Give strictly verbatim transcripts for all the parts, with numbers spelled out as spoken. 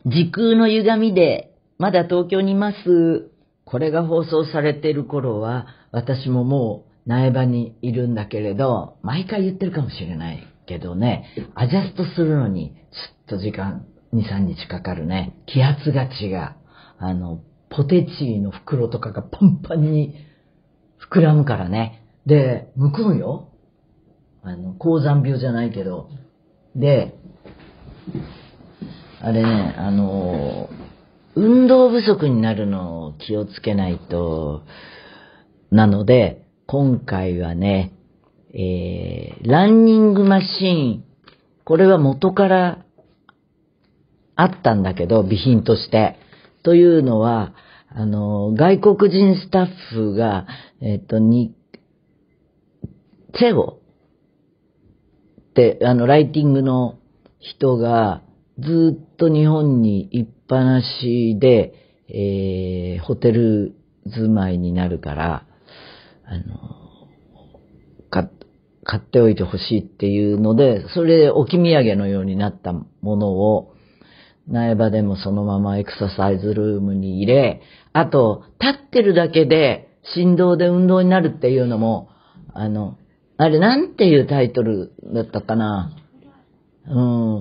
時空の歪みで、まだ東京にいます。これが放送されている頃は、私ももう苗場にいるんだけれど、毎回言ってるかもしれないけどね、アジャストするのに、ちょっと時間、に、さんにちかかるね。気圧が違う。あの、ポテチーの袋とかがパンパンに膨らむからね。で、むくむよ。あの、高山病じゃないけど。で、あれね、あの、運動不足になるのを気をつけないと、なので、今回はね、えー、ランニングマシーン、これは元からあったんだけど、備品として。というのは、あの、外国人スタッフが、えっと、に、チェゴって、あの、ライティングの人が、ずっと日本に行っぱなしで、えー、ホテル住まいになるから、あの、か、買っておいてほしいっていうので、それで置き土産のようになったものを、苗場でもそのままエクササイズルームに入れ、あと、立ってるだけで振動で運動になるっていうのも、あの、あれなんていうタイトルだったかな。うん、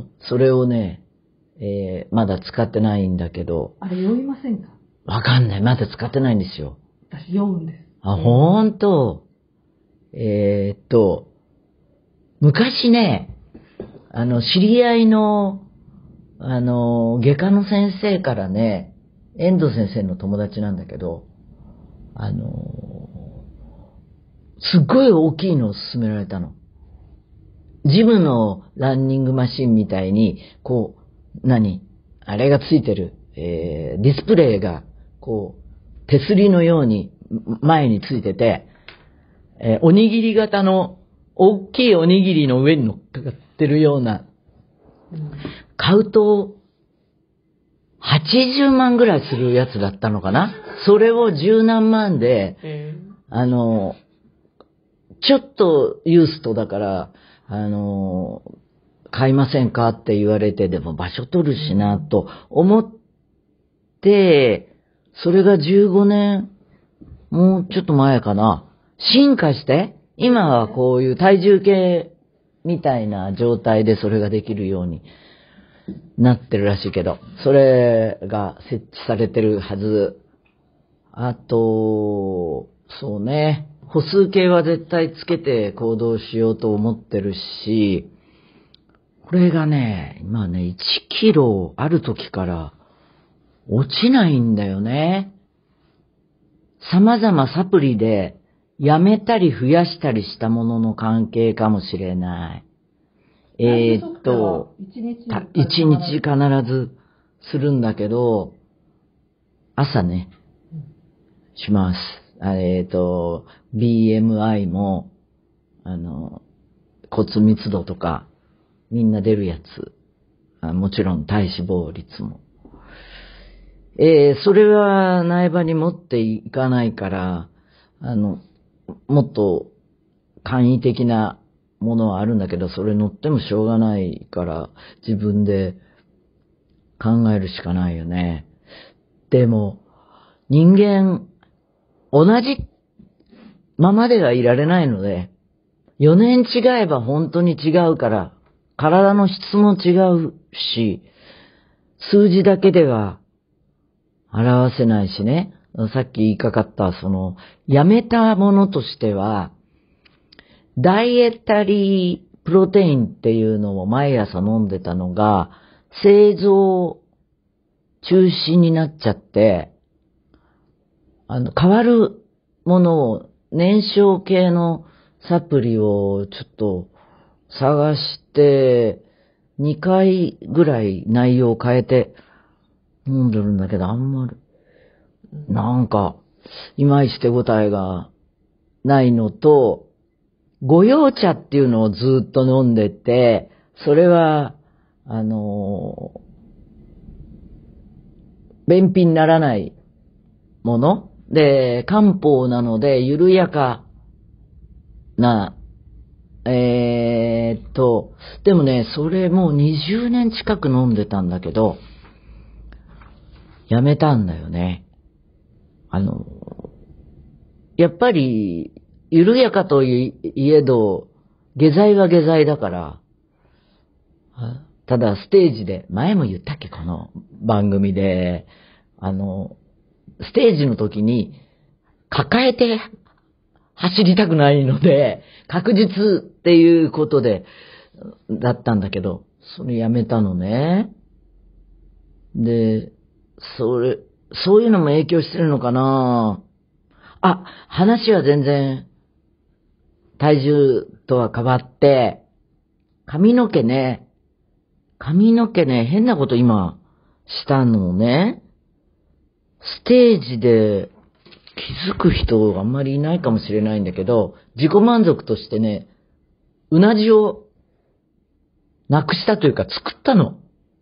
それをね、えー、まだ使ってないんだけど。 あれ読みませんか？ わかんない。まだ使ってないんですよ。 私読むんです。 あ、ほんと。えー、っと、昔ね、あの、知り合いの、あの、外科の先生からね、遠藤先生の友達なんだけど、あの、すっごい大きいのを勧められたの。ジムのランニングマシンみたいに、こう、何あれがついてる、えー、ディスプレイが、こう、手すりのように前についてて、えー、おにぎり型の、大きいおにぎりの上に乗っかってるような、うん、買うと、はちじゅうまんぐらいするやつだったのかな？それを十何万で、あの、ちょっとユーストだから、あの、買いませんかって言われて、でも場所取るしなと思って、それがじゅうごねん、もうちょっと前かな、進化して、今はこういう体重計みたいな状態でそれができるようになってるらしいけど、それが設置されてるはず。あと、そうね、歩数計は絶対つけて行動しようと思ってるし、これがね、今ね、いちキロある時から落ちないんだよね。様々サプリでやめたり増やしたりしたものの関係かもしれない。えー、っと、一日必ずするんだけど、朝ね、します。えー、っと、ビーエムアイ も、あの、骨密度とか、みんな出るやつ。あもちろん体脂肪率も。えー、それは苗場に持っていかないから、あの、もっと簡易的なものはあるんだけど、それ乗ってもしょうがないから、自分で考えるしかないよね。でも、人間、同じままではいられないので、よねん違えば本当に違うから、体の質も違うし、数字だけでは表せないしね。さっき言いかかった、その、やめたものとしては、ダイエッタリープロテインっていうのを毎朝飲んでたのが、製造中止になっちゃって、あの、変わるものを、燃焼系のサプリをちょっと探して、にかいぐらい内容を変えて飲んでるんだけど、あんまり、なんか、いまいち手応えがないのと、御用茶っていうのをずっと飲んでて、それは、あの、便秘にならないもので、漢方なので、緩やかな、えーっと、でもね、それもうにじゅうねん近く飲んでたんだけど、 やめたんだよね。あの、やっぱり、緩やかといえど、下剤は下剤だから、ただステージで、前も言ったっけ、この番組で、あの、ステージの時に、抱えて走りたくないので、確実っていうことで、だったんだけど、それやめたのね。で、それ、そういうのも影響してるのかな。あ、話は全然、体重とは変わって、髪の毛ね、髪の毛ね、変なこと今、したのね。ステージで気づく人あんまりいないかもしれないんだけど、自己満足としてね、うなじをなくしたというか作ったの。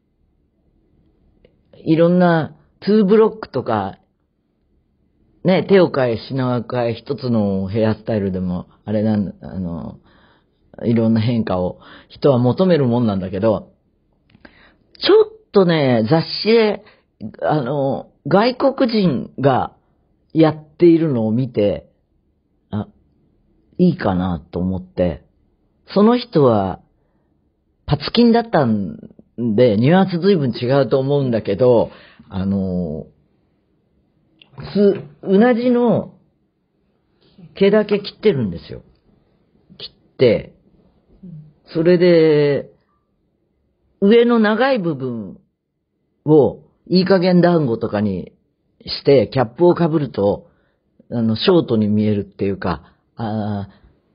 いろんなツーブロックとか、ね、手を変え品を変え一つのヘアスタイルでも、あれなんあの、いろんな変化を人は求めるもんなんだけど、ちょっとね、雑誌で、あの、外国人がやっているのを見て、あ、いいかなと思って、その人は、パツキンだったんで、ニュアンス随分違うと思うんだけど、あの、す、うなじの毛だけ切ってるんですよ。切って、それで、上の長い部分をいい加減団子とかにして、キャップを被ると、あの、ショートに見えるっていうか、あ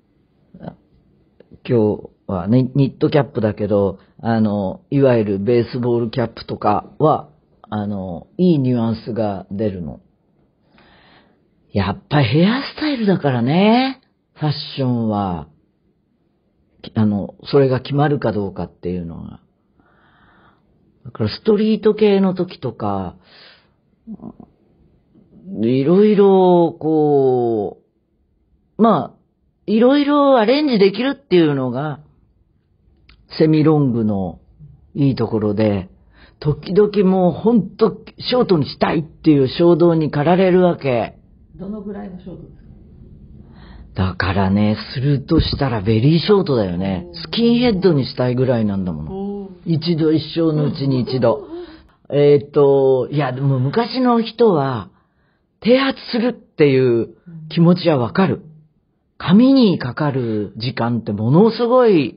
今日はね、ニットキャップだけど、あの、いわゆるベースボールキャップとかは、あの、いいニュアンスが出るの。やっぱりヘアスタイルだからね、ファッションは。あの、それが決まるかどうかっていうのが。だからストリート系の時とか、いろいろ、こう、まあ、いろいろアレンジできるっていうのが、セミロングのいいところで、時々もうほんとショートにしたいっていう衝動に駆られるわけ。 どのぐらいのショートですか？ だからね、するとしたらベリーショートだよね。スキンヘッドにしたいぐらいなんだもの。一度一生のうちに一度。えーっと、いやでも昔の人は、剃髪するっていう気持ちはわかる。髪にかかる時間ってものすごい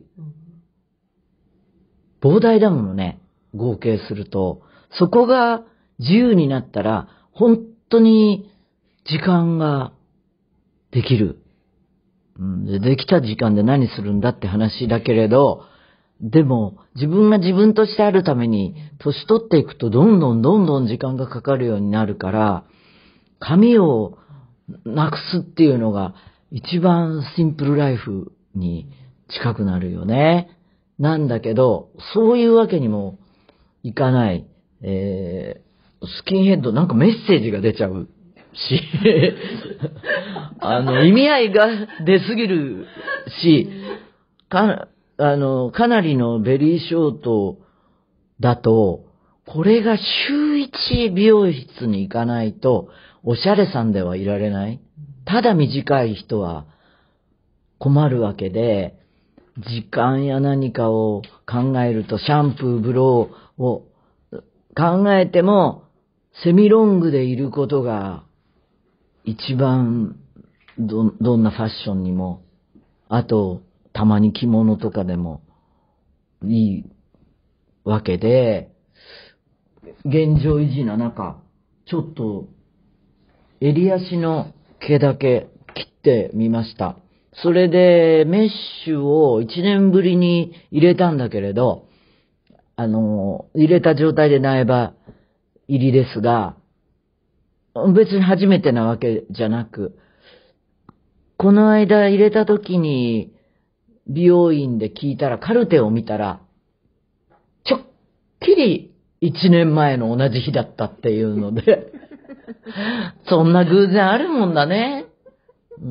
膨大だものね。合計すると。そこが自由になったら、本当に時間ができる。で、できた時間で何するんだって話だけれど、でも自分が自分としてあるために年取っていくとどんどんどんどん時間がかかるようになるから、髪をなくすっていうのが一番シンプルライフに近くなるよね。なんだけど、そういうわけにもいかない。えー、スキンヘッドなんかメッセージが出ちゃうし、あの、意味合いが出すぎるし、か、あの、かなりのベリーショートだと、これが週一美容室に行かないと、おしゃれさんではいられない。ただ短い人は困るわけで、時間や何かを考えると、シャンプー、ブローを考えても、セミロングでいることが一番ど、どんなファッションにも、あと、たまに着物とかでもいいわけで、現状維持な中、ちょっと襟足の毛だけ切ってみました。それでメッシュを一年ぶりに入れたんだけれど、あの、入れた状態で苗場入りですが、別に初めてなわけじゃなく、この間入れた時に美容院で聞いたら、カルテを見たら、ちょっきり一年前の同じ日だったっていうので、そんな偶然あるもんだね。うん。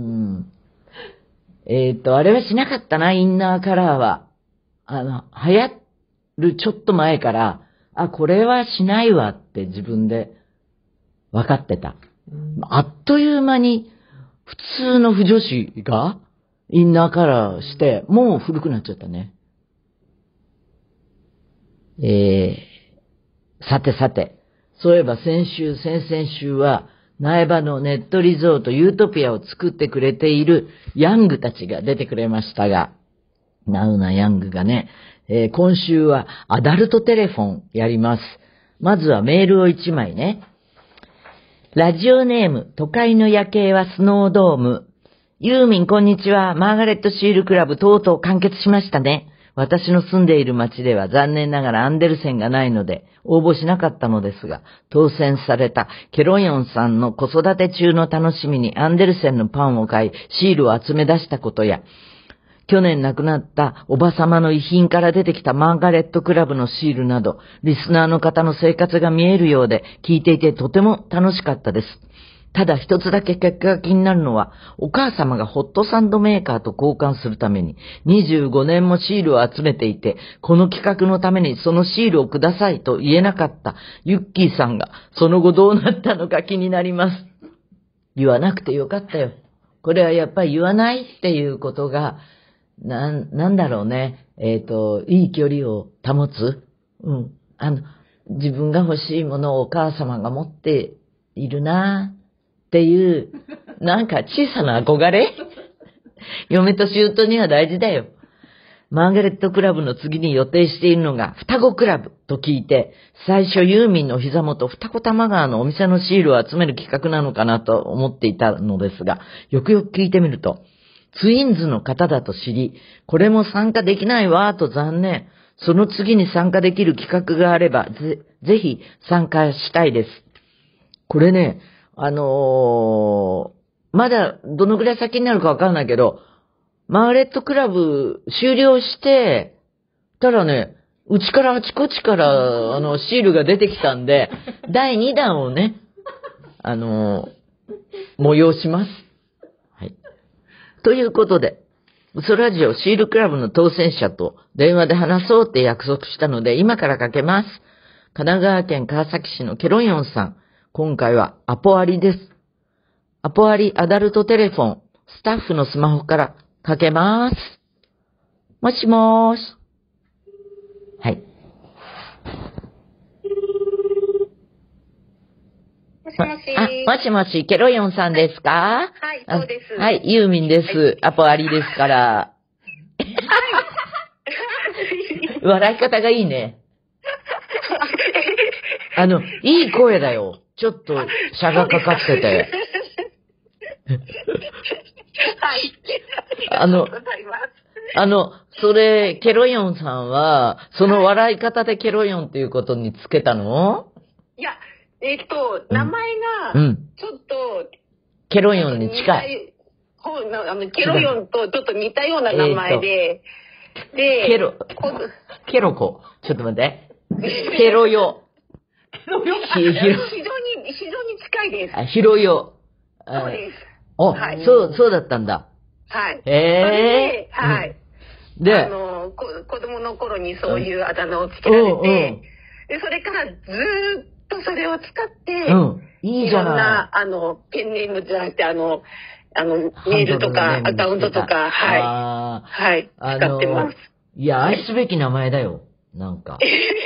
えっと、あれはしなかったな、インナーカラーは。あの、流行るちょっと前から、あ、これはしないわって自分で分かってた。 うん、 あっという間に、普通の腐女子が、インナーカラーして、もう古くなっちゃったね。えー、さてさて、そういえば先週、先々週は、苗場のネットリゾートユートピアを作ってくれているヤングたちが出てくれましたが、ナウなヤングがね、えー、今週はアダルトテレフォンやります。まずはメールをいちまいね。ラジオネーム、都会の夜景はスノードーム。ユーミンこんにちは。マーガレットシールクラブとうとう完結しましたね。私の住んでいる町では残念ながらアンデルセンがないので応募しなかったのですが、当選されたケロヨンさんの子育て中の楽しみにアンデルセンのパンを買いシールを集め出したことや、去年亡くなったおばさまの遺品から出てきたマーガレットクラブのシールなど、リスナーの方の生活が見えるようで聞いていてとても楽しかったです。ただ一つだけ結果が気になるのは、お母様がホットサンドメーカーと交換するためににじゅうごねんもシールを集めていて、この企画のためにそのシールをくださいと言えなかったユッキーさんがその後どうなったのか気になります。言わなくてよかったよ。これはやっぱり言わないっていうことが、なん、なんだろうね。えっと、いい距離を保つ。うん。あの、自分が欲しいものをお母様が持っているなっていう、なんか小さな憧れ嫁と姑には大事だよ。マーガレットクラブの次に予定しているのが双子クラブと聞いて、最初ユーミンの膝元双子玉川のお店のシールを集める企画なのかなと思っていたのですが、よくよく聞いてみると、ツインズの方だと知り、これも参加できないわーと残念。その次に参加できる企画があれば、ぜ、ぜひ参加したいです。これね、あのー、まだどのぐらい先になるかわかんないけど、マーガレットクラブ終了して、たらね、うちからあちこちから、あの、シールが出てきたんで、だいにだんをね、あのー、催します。はい。ということで、ウソラジオシールクラブの当選者と電話で話そうって約束したので、今からかけます。神奈川県川崎市のケロヨンさん。今回はアポアリです。アポアリアダルトテレフォン、スタッフのスマホからかけます。もしもーし。はい。 もしもし。 あ、もしもし、ケロヨンさんですか？ はい、そうです。 はい、ユーミンです。はい、アポアリですから。はい。笑い方がいいね。あの、いい声だよ。ちょっと、シャがかかってて。 はい。 あの、あの、それ、ケロヨンさんは、その笑い方でケロヨンっていうことにつけたの？ いや、えっと、名前が、ちょっと、 ケロヨンに近い。 あの、ケロヨンとちょっと似たような名前で、 で、ケロ、ケロコ。ちょっと待って。ケロヨ。 非常に、非常に近いです。 あ、ヒロヨ。 そうです。 あ、はい、そう、そうだったんだ。 はい。 へえ。 はい。で、あの、こ子供の頃にそういうあだ名をつけられて、で、それからずーっとそれを使って、うん、いいじゃない。いろんな、あの、ペンネームじゃなくて、あの、あの、メールとか、アカウントとか、はい。はい。使ってます。 いや、愛すべき名前だよ。なんか。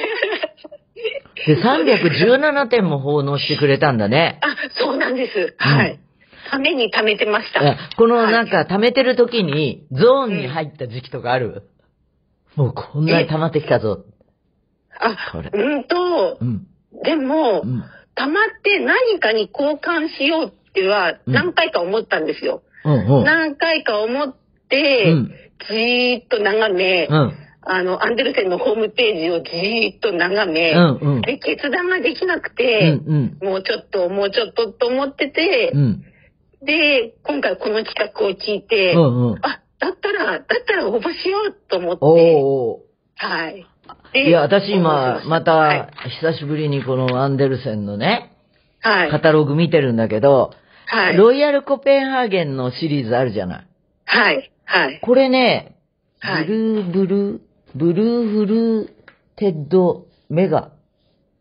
で、さんびゃくじゅうななてんも奉納してくれたんだね。 あ、そうなんです。はい。ために貯めてました。 このなんか、貯めてる時に、ゾーンに入った時期とかある？うん、もうこんなに溜まってきたぞ。 あ、これ。うんと、うん、でも、うん、溜まって何かに交換しようっては何回か思ったんですよ。うんうん、何回か思って、うん、じーっと眺め、うんあの、アンデルセンのホームページをじーっと眺め、うんうん、で、決断ができなくて、うんうん、もうちょっと、もうちょっとと思ってて、うん、で、今回この企画を聞いて、うんうん、あ、だったら、だったら応募しようと思って、おはい。 いや、私今、また、久しぶりにこのアンデルセンのね、はい、カタログ見てるんだけど、はい、ロイヤルコペンハーゲンのシリーズあるじゃない。 はい、はい。 これね、ブルーブルー、ブルーフルーテッドメガ。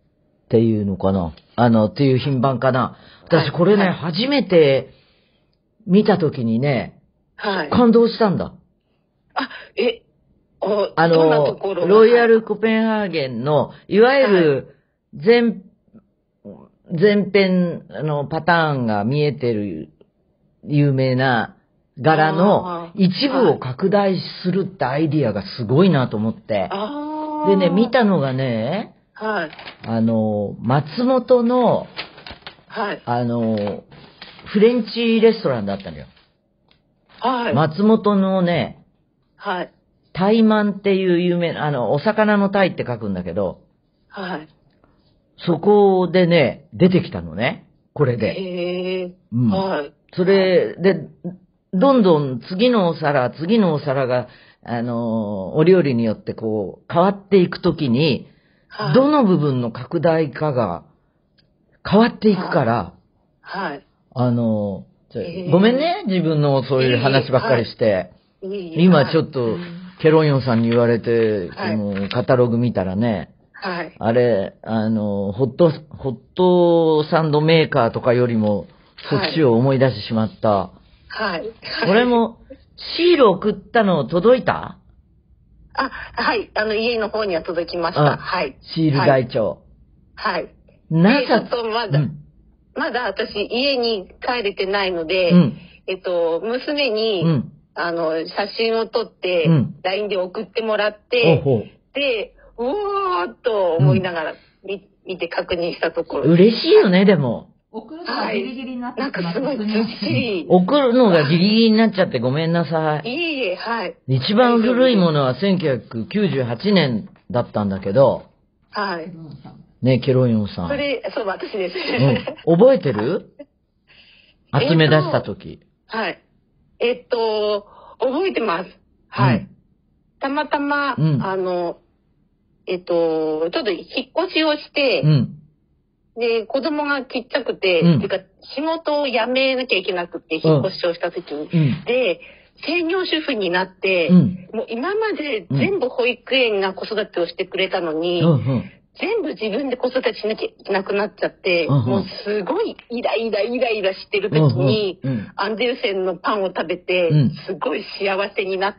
っていうのかな。あの、っていう品番かな。私これね、はい、初めて見たときにね、はい、感動したんだ。 あ、え、おあの、ロイヤルコペンハーゲンの、いわゆる全、はい、全編のパターンが見えてる有名な柄の一部を拡大するってアイディアがすごいなと思って。でね、見たのがね、はい、あの、松本の、はい、あの、フレンチレストランだったのよ。はい。松本のね、はい。タイマンっていう有名な、あの、お魚のタイって書くんだけど、はい。そこでね、出てきたのね。これで。へー。うん。はい。それで、どんどん次のお皿、次のお皿が、あの、お料理によってこう、変わっていくときに、はい、どの部分の拡大化が変わっていくから、はい。はい、あの、ごめんね、自分のそういう話ばっかりして。はい、今ちょっと、ケロンヨンさんに言われて、はい、このカタログ見たらね、はい、あれ、あの、ホット、ホットサンドメーカーとかよりも、そっちを思い出してしまった。はい。俺も、シール送ったの届いた？ あ、はい。あの、家の方には届きました。はい。 シール台帳。 はい。なさ、ちょっとまだ、うん、まだ私家に帰れてないので、うん、えっと、娘に、うん、あの、写真を撮って、うん、ライン で送ってもらって、ほうほうで、うおーっと思いながら、うん、見、見て確認したところ。 嬉しいよね、でも。 送るのがギリギリになってしまって、 はい、なんかすごいずっしり。 送るのがギリギリになっちゃってごめんなさい。 いえいえ、はい。 一番古いものはせんきゅうひゃくきゅうじゅうはちねんだったんだけど、はい。ね、ケロヨンさん。 それ、そう、私です。 うん。覚えてる？集め出したとき。 はい。えっと、覚えてます。はい。うん、たまたま、うん、あの、えっと、ちょっと引っ越しをして、うん、で、子供がちっちゃくて、うん、ていうか、仕事を辞めなきゃいけなくて、引っ越しをしたときに、うん、で、専業主婦になって、うん、もう今まで全部保育園が子育てをしてくれたのに、うんうん、全部自分で子育てしなきゃいけなくなっちゃって、うんうん、もうすごいイライライライラしてるときに、うんうん、アンデルセンのパンを食べて、うん、すごい幸せになって、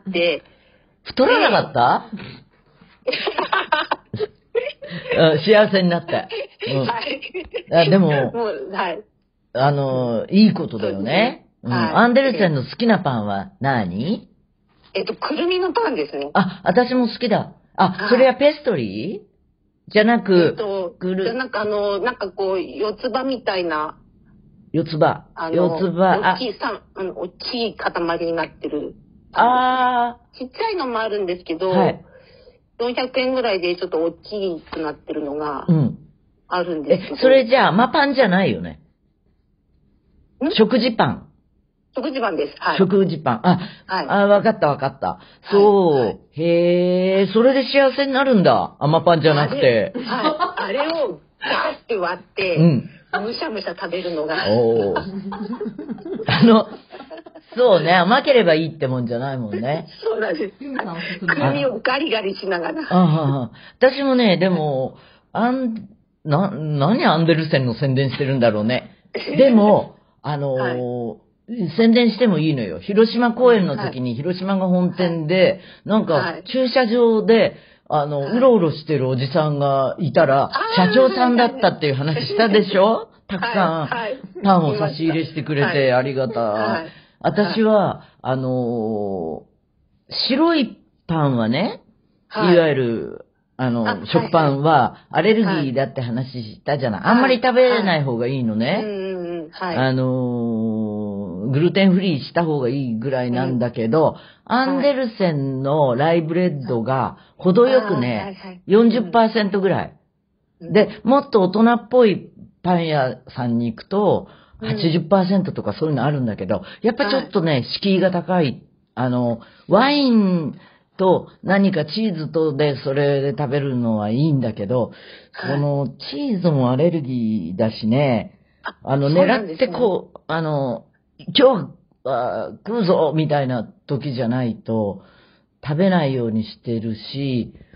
太らなかった幸せになって。うん、はい。あでも、もう、はい。あの、いいことだよね。うん、はい、アンデルセンの好きなパンは何？ えっと、くるみのパンですね。 あ、私も好きだ。あ、それはペストリー？じゃなく、 えっと、ぐる、なんかあの、なんかこう、四つ葉みたいな。 四つ葉。四つ葉。 大きい、さあの、大きい塊になってる。 ああ。 ちっちゃいのもあるんですけど、はい、よんひゃくえんぐらいでちょっと大きくなってるのが、あるんですけど、うん。 え、それじゃあ、甘パンじゃないよね。食事パン。 食事パンです。はい。 食事パン。あ、はい、あ、わかったわかった。そう。はいはい、へえ、それで幸せになるんだ。甘パンじゃなくて。 あれ、はい。あれをガーって割って、うん、むしゃむしゃ食べるのが。おあの、そうね、甘ければいいってもんじゃないもんね。 そうなんです。くるみをガリガリしながら。 ああ私もね、でも、あん、な、何アンデルセンの宣伝してるんだろうね。でも、あのーはい、宣伝してもいいのよ。広島公演の時に広島が本店で、なんか駐車場で、あの、うろうろしてるおじさんがいたら、社長さんだったっていう話したでしょ？たくさんパンを差し入れしてくれてありがたい。私は、あのー、白いパンはね、いわゆる、あの、食パンはアレルギーだって話したじゃない。あんまり食べない方がいいのね。あのー、グルテンフリーした方がいいぐらいなんだけど、アンデルセンのライブレッドが程よくね、よんじゅっパーセント ぐらい。で、もっと大人っぽいパン屋さんに行くと、はちじゅっパーセント とかそういうのあるんだけど、やっぱちょっとね、敷居が高い。あの、ワインと何かチーズとでそれで食べるのはいいんだけど、このチーズもアレルギーだしね、あの、狙ってこう、あの、今日は食うぞみたいな時じゃないと食べないようにしてるし、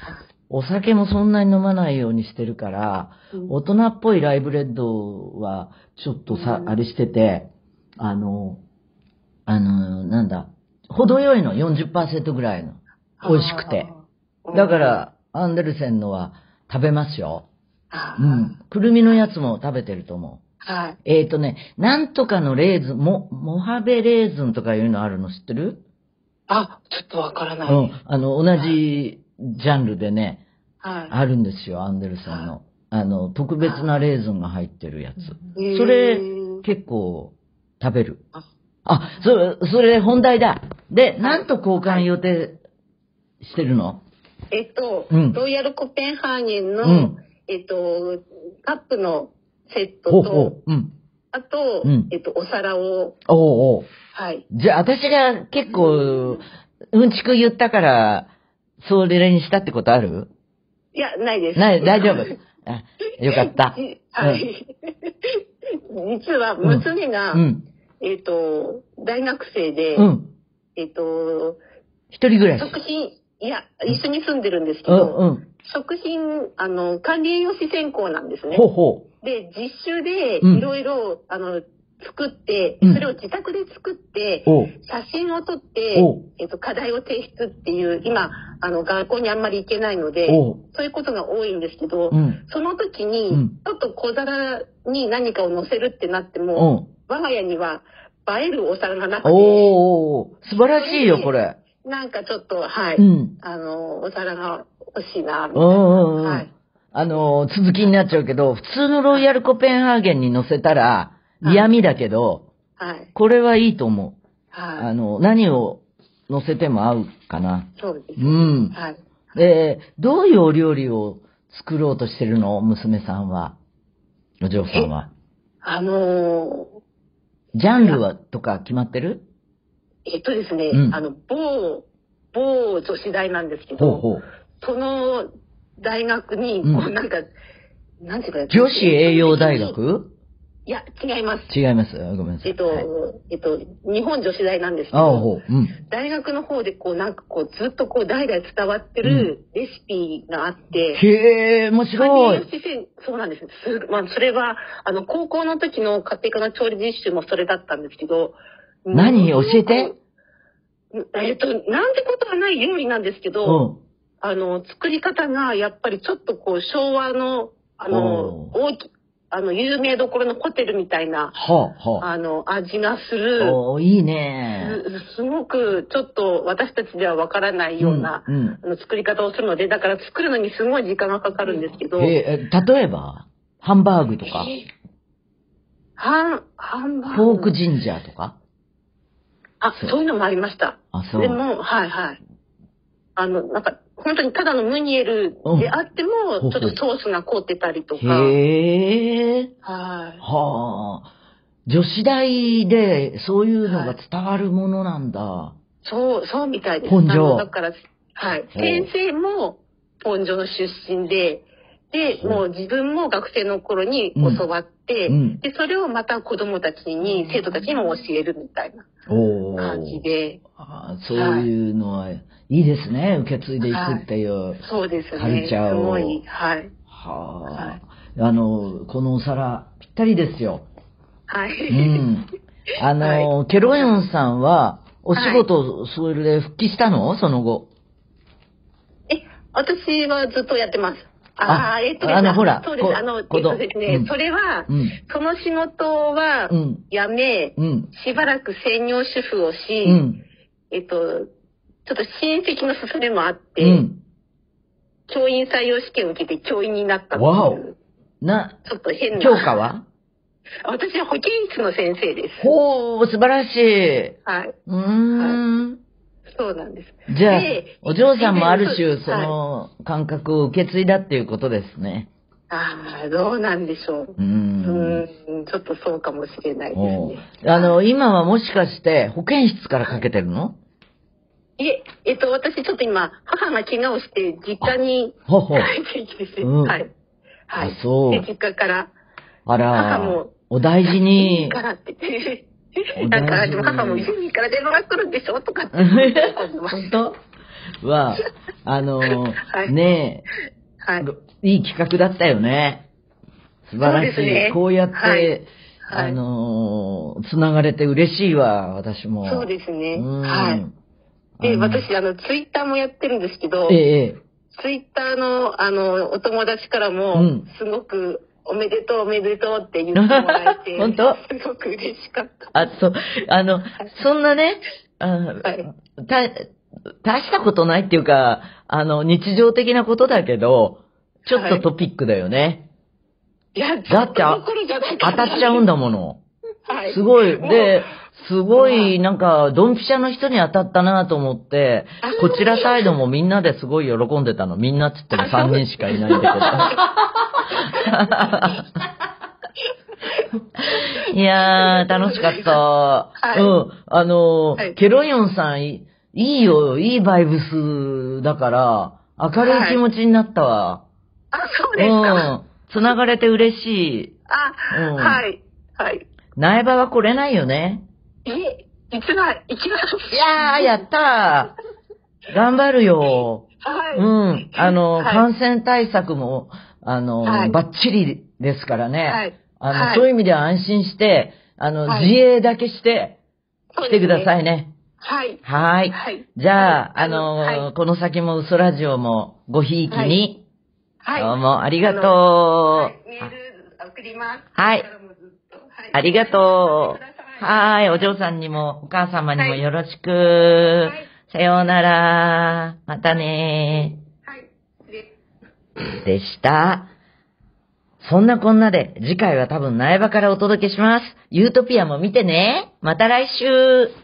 お酒もそんなに飲まないようにしてるから、うん、大人っぽいライブレッドはちょっとさ、うん、あれしてて、あの、あの、なんだ、程よいの よんじゅっパーセント ぐらいの。美味しくて。だから、アンデルセンのは食べますよ。うん。くるみのやつも食べてると思う。はい。えっとね、なんとかのレーズン、モ、モハベレーズンとかいうのあるの知ってる？ あ、ちょっとわからない。 うん。あの、同じジャンルでね、はい。あるんですよ、アンデルセンの。はい、あの、特別なレーズンが入ってるやつ。それ、結構食べる。あ、それ、それ本題だ。で、なんと交換予定してるの？ えっと、うん、ロイヤルコペンハーゲンの、うん、えっと、カップのセットと、おう、うん、あと、うん、えっと、お皿を。 おうおう。 はい。 じゃあ、私が結構、うんちく言ったから、それにしたってことある？ いや、ないです。 ない、大丈夫。あ、よかった。 はい。うん、実は、娘が、うん、えっと、大学生で、うん、えっと、 一人暮らし。 食品、いや、一緒に住んでるんですけど、うんうん、食品、あの、管理栄養士専攻なんですね。 ほうほう。で、実習でいろいろ、あの、作って、それを自宅で作って、うん、写真を撮って、えっと、課題を提出っていう、今、あの、学校にあんまり行けないので、そういうことが多いんですけど、うん、その時に、うん、ちょっと小皿に何かを乗せるってなっても、うん、我が家には映えるお皿がなくて、 おー、素晴らしいよ、これ。 なんかちょっと、はい、うん、あの、お皿が欲しいな、みたいな。うんうん、はい。 あの、続きになっちゃうけど、普通のロイヤルコペンハーゲンに乗せたら、嫌味だけど、はい。これはいいと思う。はい。あの、何を乗せても合うかな。 そうです。 うん。はい。で、どういうお料理を作ろうとしてるの？娘さんは。お嬢さんは。 あのー、 ジャンルはとか決まってる？ えっとですね、うん、あの、某、某女子大なんですけど、ほうほう、その大学に、こう、なんか、うん、なんていうか、 女子栄養大学？ いや、違います。 違います。ごめんなさい。 えっと、はい、えっと、日本女子大なんですけど、うん、大学の方でこう、なんかこう、ずっとこう、代々伝わってるレシピがあって、 うん、へー、面白い。 そうなんです。まあ、それは、あの、高校の時の家庭科の調理実習もそれだったんですけど、 何？教えて。 えっと、なんてことはない料理なんですけど、うん、あの、作り方がやっぱりちょっとこう、昭和の、あの、大き、あの、有名どころのホテルみたいな、はあはあ、あの、味がする。 おー、いいねす。すごく、ちょっと私たちではわからないような、うんうん、あの作り方をするので、だから作るのにすごい時間がかかるんですけど。 えー、例えばハンバーグとか、えー、 ハン、ハンバーグ。 フォークジンジャーとか。 あ、そう、そういうのもありました。 あ、そう。 でも、はいはい。あの、なんか、本当にただのムニエルであっても、うん、ちょっとソースが凍ってたりとか。へー。はい。はあ。女子大でそういうのが伝わるものなんだ。はい、そう、そうみたいです。 本所。 だから、はい。先生も本所の出身で、で、もう自分も学生の頃に教わって、うんうん、で、それをまた子供たちに、生徒たちにも教えるみたいな感じで。 あ、そういうのはいいですね、はい、受け継いでいくっていう、はい、 そうですね。 カルチャーを。 すごい、はい。 はあ、はい。あの、このお皿、ぴったりですよ。 はい。 うん。あの、はい、ケロヨンさんは、お仕事、それで復帰したの？その後。 え、私はずっとやってます。ああ、えっと、 あの、ほら、 そうです。あの、えっとですね、うん、それは、うん、その仕事は辞め、うん、しばらく専業主婦をし、うん、えっと、ちょっと親戚の勧めもあって、うん、教員採用試験を受けて教員になったっていう。 わお。な、 ちょっと変な。 教科は？ 私は保健室の先生です。 ほー、素晴らしい。 はい。 うーん。 はい、そうなんです。 じゃあ、お嬢さんもある種、その感覚を受け継いだっていうことですね。 ああ、どうなんでしょう。うーん。ちょっとそうかもしれないですね。 あの、今はもしかして保健室からかけてるの？ いえ、えっと、私ちょっと今、母が怪我をして実家に帰ってきて、うん、はい。はい。 あ、そう。 で、実家から。 あら、母も。お大事に。 からって。なんか、でも母も、ユミから電話が来るんでしょとかって。 本当？ は、あの、はい、ねえ、はい、いい企画だったよね。素晴らしい。ね、こうやって、はいはい、あの、つながれて嬉しいわ、私も。 そうですね。はい。で、私、あの、ツイッターもやってるんですけど、 ええ、 ツイッターの、あの、お友達からも、うん、すごく、おめでとうおめでとうって言ってもらえて、 本当？ すごく嬉しかった。 あ、そう、あの、そんなね、あ、はい、た、大したことないっていうか、あの、日常的なことだけど、ちょっとトピックだよね。 はい、いや、 だってあ、当たっちゃうんだもの。はい。すごい、で、すごい、なんか、ドンピシャの人に当たったなと思って、こちらサイドもみんなですごい喜んでたの。みんなって言ってもさんにんしかいないんだけど。いやー、楽しかった。はい、うん。あの、はい、ケロヨンさんい、いいよ、いいバイブスだから、明るい気持ちになったわ。 はい、あ、そうですか。 うん。繋がれて嬉しい。 あ、うん、はい。はい。 苗場は来れないよね。 え、いつが、いきます。 いやー、やったー。頑張るよ。 はい。 うん。あの、はい、感染対策も、あの、はい、バッチリですからね。はい。あの、はい、そういう意味では安心して、あの、はい、自衛だけして、来てくださいね。 はい。 はい。はい。じゃあ、あの、はい、この先も嘘ラジオもごひいきに、はい。どうもありがとう。 はい、メール送ります。 はい。ありがとう。はい。お嬢さんにも、お母様にもよろしく。はい、さようなら。またね。はい。でした。そんなこんなで、次回は多分苗場からお届けします。ユートピアも見てね。また来週。